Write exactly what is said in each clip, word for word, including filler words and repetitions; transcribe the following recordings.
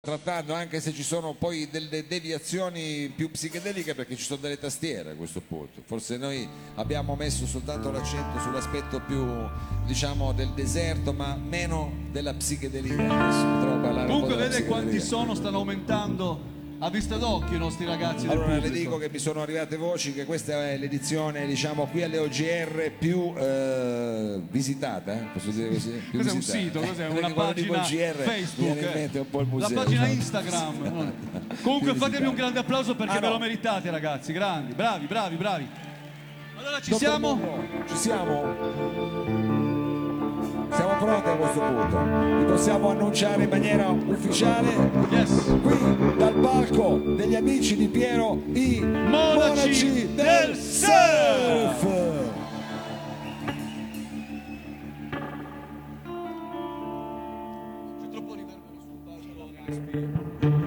trattando, anche se ci sono poi delle deviazioni più psichedeliche, perché ci sono delle tastiere a questo punto. Forse noi abbiamo messo soltanto l'accento sull'aspetto più, diciamo, del deserto, ma meno della psichedelia. Comunque vede quanti sono, stanno aumentando a vista d'occhio i nostri ragazzi del Allora pubblico. le dico che mi sono arrivate voci che questa è l'edizione, diciamo, qui alle O G R più eh, visitata, eh? Posso dire così? Più cos'è visitata. un sito? Cos'è? Perché Una quando dico pagina O G R Facebook? mi viene in mente un po' il museo, la pagina no? Instagram. Comunque fatemi un grande applauso perché Ah, no. ve lo meritate, ragazzi, grandi, bravi, bravi, bravi. Allora ci Dottor siamo? Murro, ci siamo? Siamo pronti a questo punto, vi possiamo annunciare in maniera ufficiale, Yes. qui dal palco degli amici di Piero, i Monaci Monaci del del Surf. C'è troppo riverbero sul palco.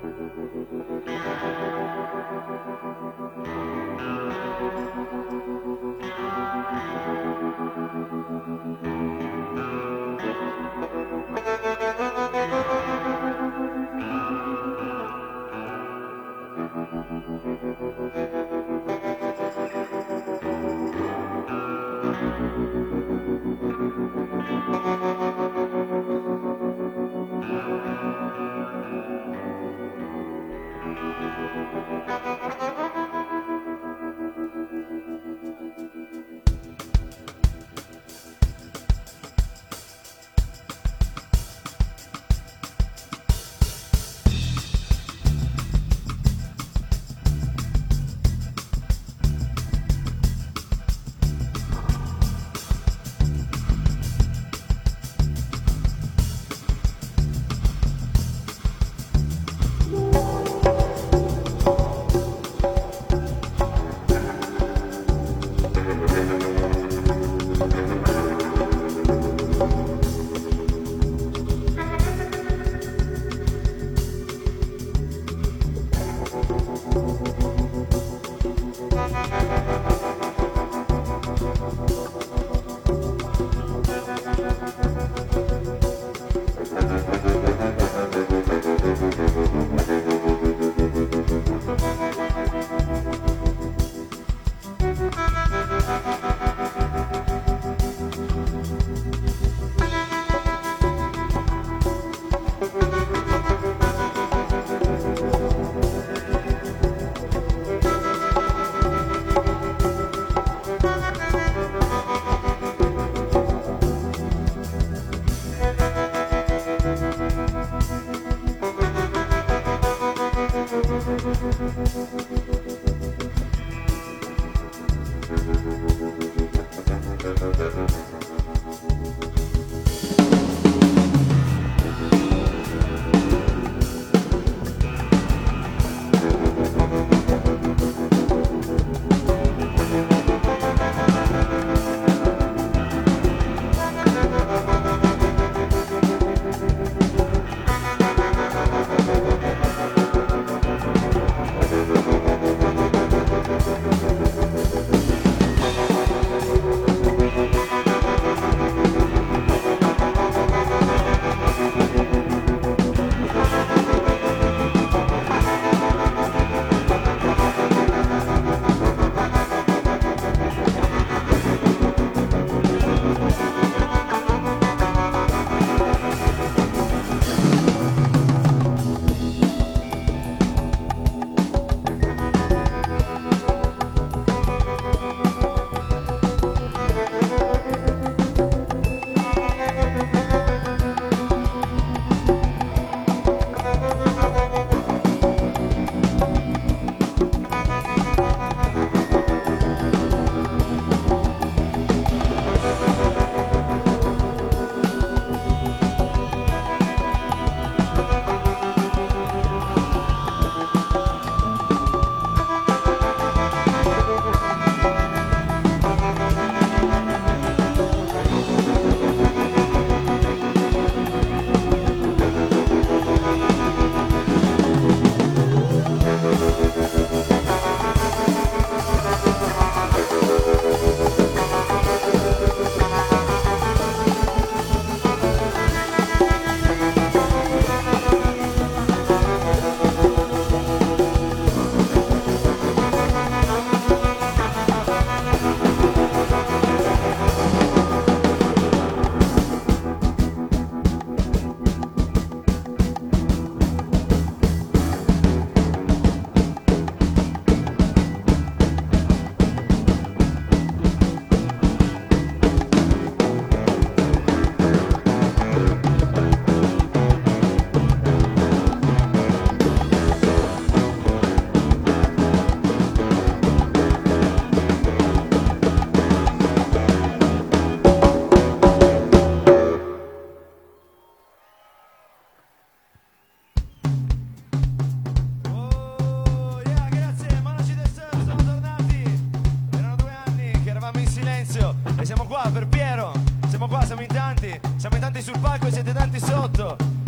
E siamo qua per Piero, siamo qua, siamo in tanti, siamo in tanti sul palco e siete tanti sotto.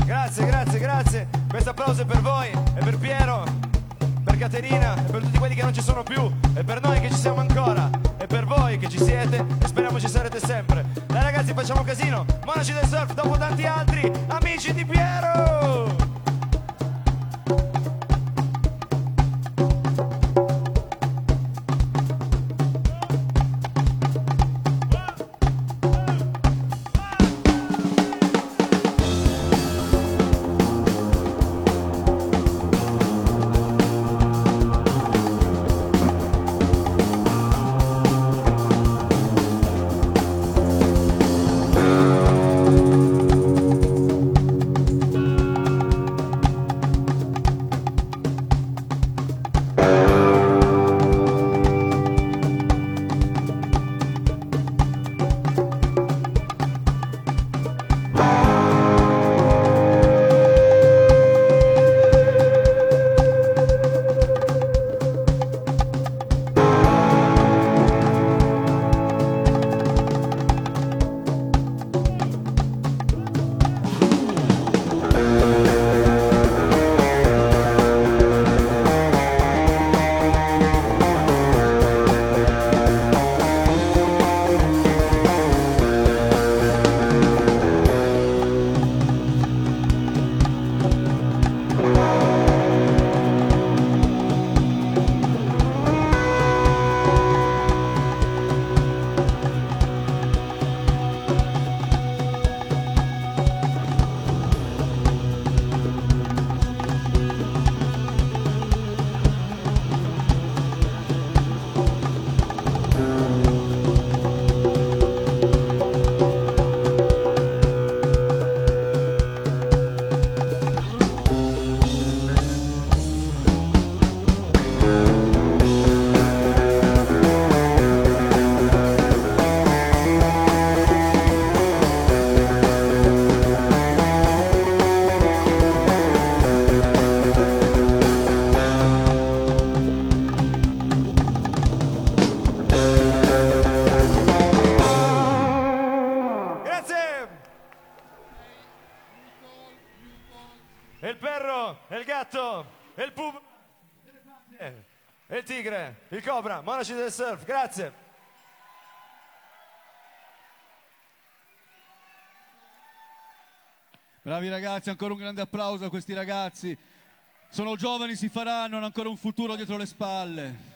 Grazie, grazie, grazie. Questo applauso è per voi, è per Piero, per Caterina, e per tutti quelli che non ci sono più, e per noi che ci siamo ancora, e per voi che ci siete e speriamo ci sarete sempre. Dai ragazzi, facciamo casino. Monaci del surf dopo tanti altri amici di Piero. E il perro, e il gatto, e il pub, e il tigre, il cobra, monaci del surf, grazie. Bravi ragazzi, ancora un grande applauso a questi ragazzi. Sono giovani, si faranno, hanno ancora un futuro dietro le spalle.